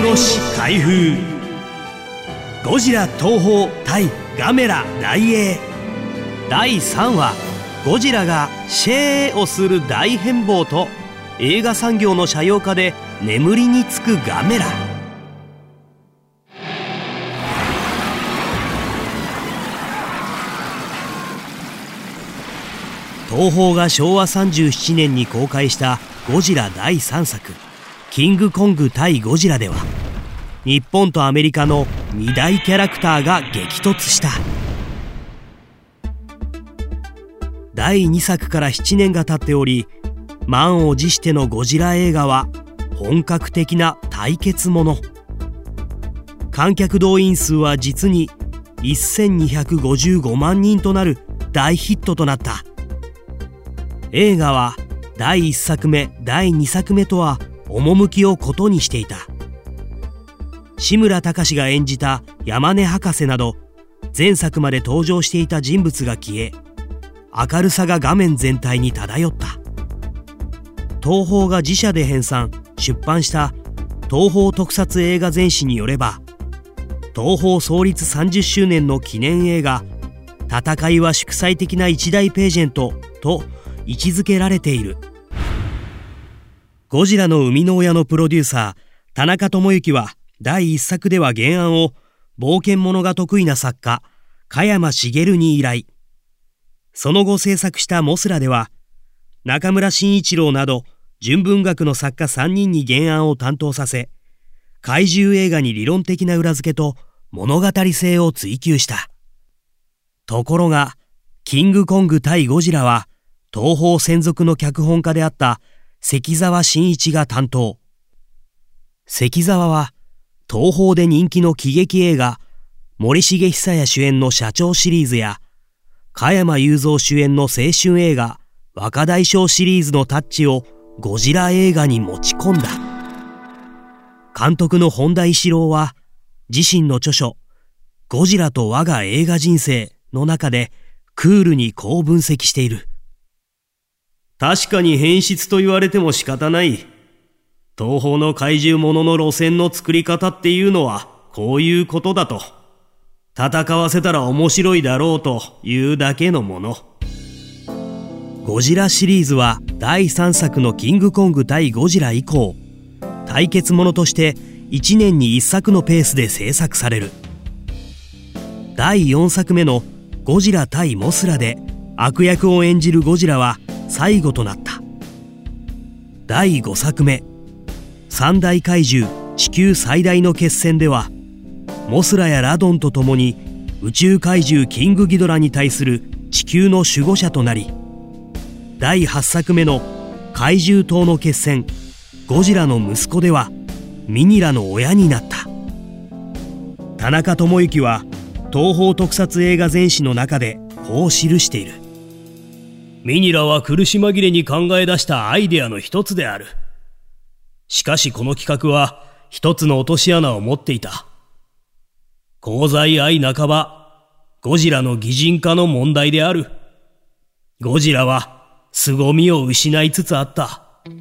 幻開封。ゴジラ東宝対ガメラ大英。第3話、ゴジラがシェーをする大変貌と映画産業の斜陽化で眠りにつくガメラ。東宝が昭和37年に公開したゴジラ第3作キングコング対ゴジラでは、日本とアメリカの2大キャラクターが激突した。第2作から7年が経っており、満を持してのゴジラ映画は本格的な対決もの。観客動員数は実に1255万人となる大ヒットとなった。映画は第1作目第2作目とは趣を異にしていた。志村隆が演じた山根博士など前作まで登場していた人物が消え、明るさが画面全体に漂った。東宝が自社で編纂出版した東宝特撮映画全史によれば、東宝創立30周年の記念映画「戦いは祝祭的な一大ページェント」と位置づけられている。ゴジラの生みの親のプロデューサー田中智之は第1作では原案を冒険ものが得意な作家加山茂に依頼。その後制作したモスラでは中村慎一郎など純文学の作家3人に原案を担当させ、怪獣映画に理論的な裏付けと物語性を追求した。ところがキングコング対ゴジラは東宝専属の脚本家であった関澤真一が担当。関澤は東宝で人気の喜劇映画森重久彌主演の社長シリーズや加山雄三主演の青春映画若大将シリーズのタッチをゴジラ映画に持ち込んだ。監督の本田一郎は自身の著書ゴジラと我が映画人生の中でクールにこう分析している。確かに変質と言われても仕方ない。東宝の怪獣ものの路線の作り方っていうのはこういうことだと。戦わせたら面白いだろうというだけのもの。ゴジラシリーズは第3作のキングコング対ゴジラ以降、対決ものとして1年に1作のペースで制作される。第4作目のゴジラ対モスラで悪役を演じるゴジラは最後となった。第5作目三大怪獣地球最大の決戦では、モスラやラドンと共に宇宙怪獣キングギドラに対する地球の守護者となり、第8作目の怪獣島の決戦ゴジラの息子ではミニラの親になった。田中智之は東宝特撮映画全史の中でこう記している。ミニラは苦し紛れに考え出したアイデアの一つである。しかしこの企画は一つの落とし穴を持っていた。功罪相半ば、ゴジラの擬人化の問題である。ゴジラは凄みを失いつつあった。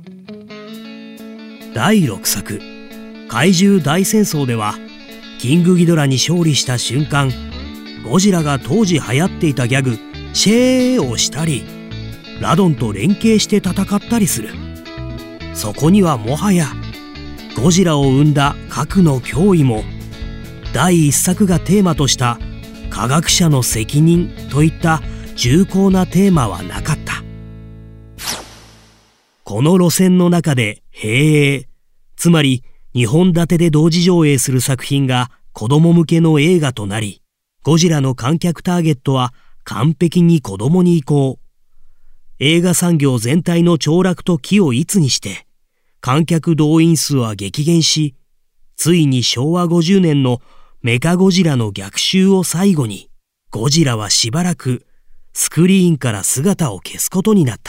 第6作怪獣大戦争では、キングギドラに勝利した瞬間、ゴジラが当時流行っていたギャグシェーをしたり、ラドンと連携して戦ったりする。そこにはもはやゴジラを生んだ核の脅威も、第1作がテーマとした科学者の責任といった重厚なテーマはなかった。この路線の中で兵営、つまり2本立てで同時上映する作品が子供向けの映画となり、ゴジラの観客ターゲットは完璧に子供に移行。映画産業全体の凋落と機を一にして観客動員数は激減し、ついに昭和50年のメカゴジラの逆襲を最後に、ゴジラはしばらくスクリーンから姿を消すことになった。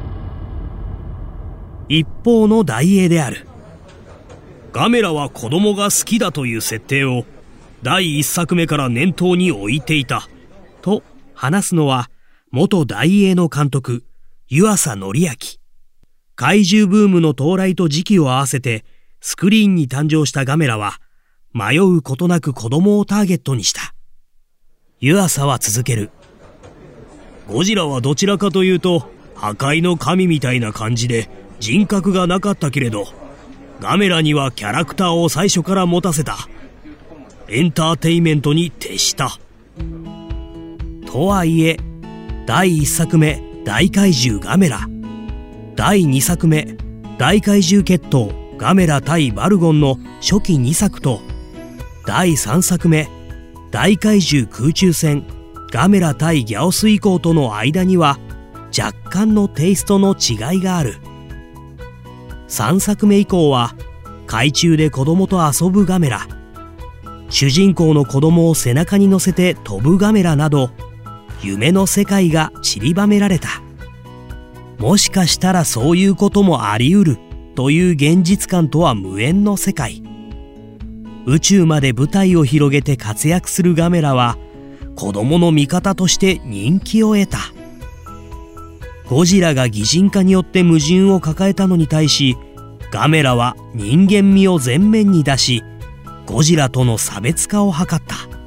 一方の大映である。ガメラは子供が好きだという設定を第1作目から念頭に置いていたと話すのは、元大映の監督湯浅紀明。怪獣ブームの到来と時期を合わせてスクリーンに誕生したガメラは迷うことなく子供をターゲットにした。湯浅は続ける。ゴジラはどちらかというと破壊の神みたいな感じで人格がなかったけれど、ガメラにはキャラクターを最初から持たせた。エンターテイメントに徹した。とはいえ、第1作目大怪獣ガメラ、第2作目大怪獣決闘ガメラ対バルゴンの初期2作と、第3作目大怪獣空中戦ガメラ対ギャオス以降との間には若干のテイストの違いがある。3作目以降は海中で子供と遊ぶガメラ、主人公の子供を背中に乗せて飛ぶガメラなど、夢の世界が散りばめられた。もしかしたらそういうこともあり得るという現実感とは無縁の世界。宇宙まで舞台を広げて活躍するガメラは子供の味方として人気を得た。ゴジラが擬人化によって矛盾を抱えたのに対し、ガメラは人間味を前面に出し、ゴジラとの差別化を図った。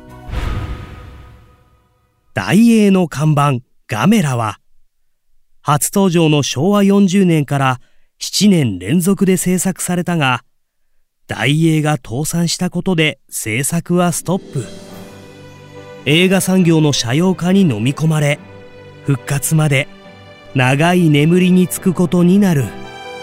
大映の看板ガメラは、初登場の昭和40年から7年連続で制作されたが、大映が倒産したことで制作はストップ。映画産業の斜陽化に飲み込まれ、復活まで長い眠りにつくことになる。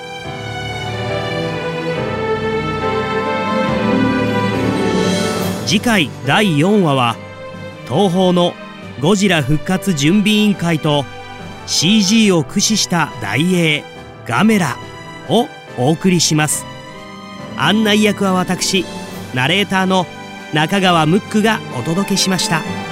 次回第4話は、東宝のゴジラ復活準備委員会と CG を駆使した大映ガメラをお送りします。案内役は私、ナレーターの中川ムックがお届けしました。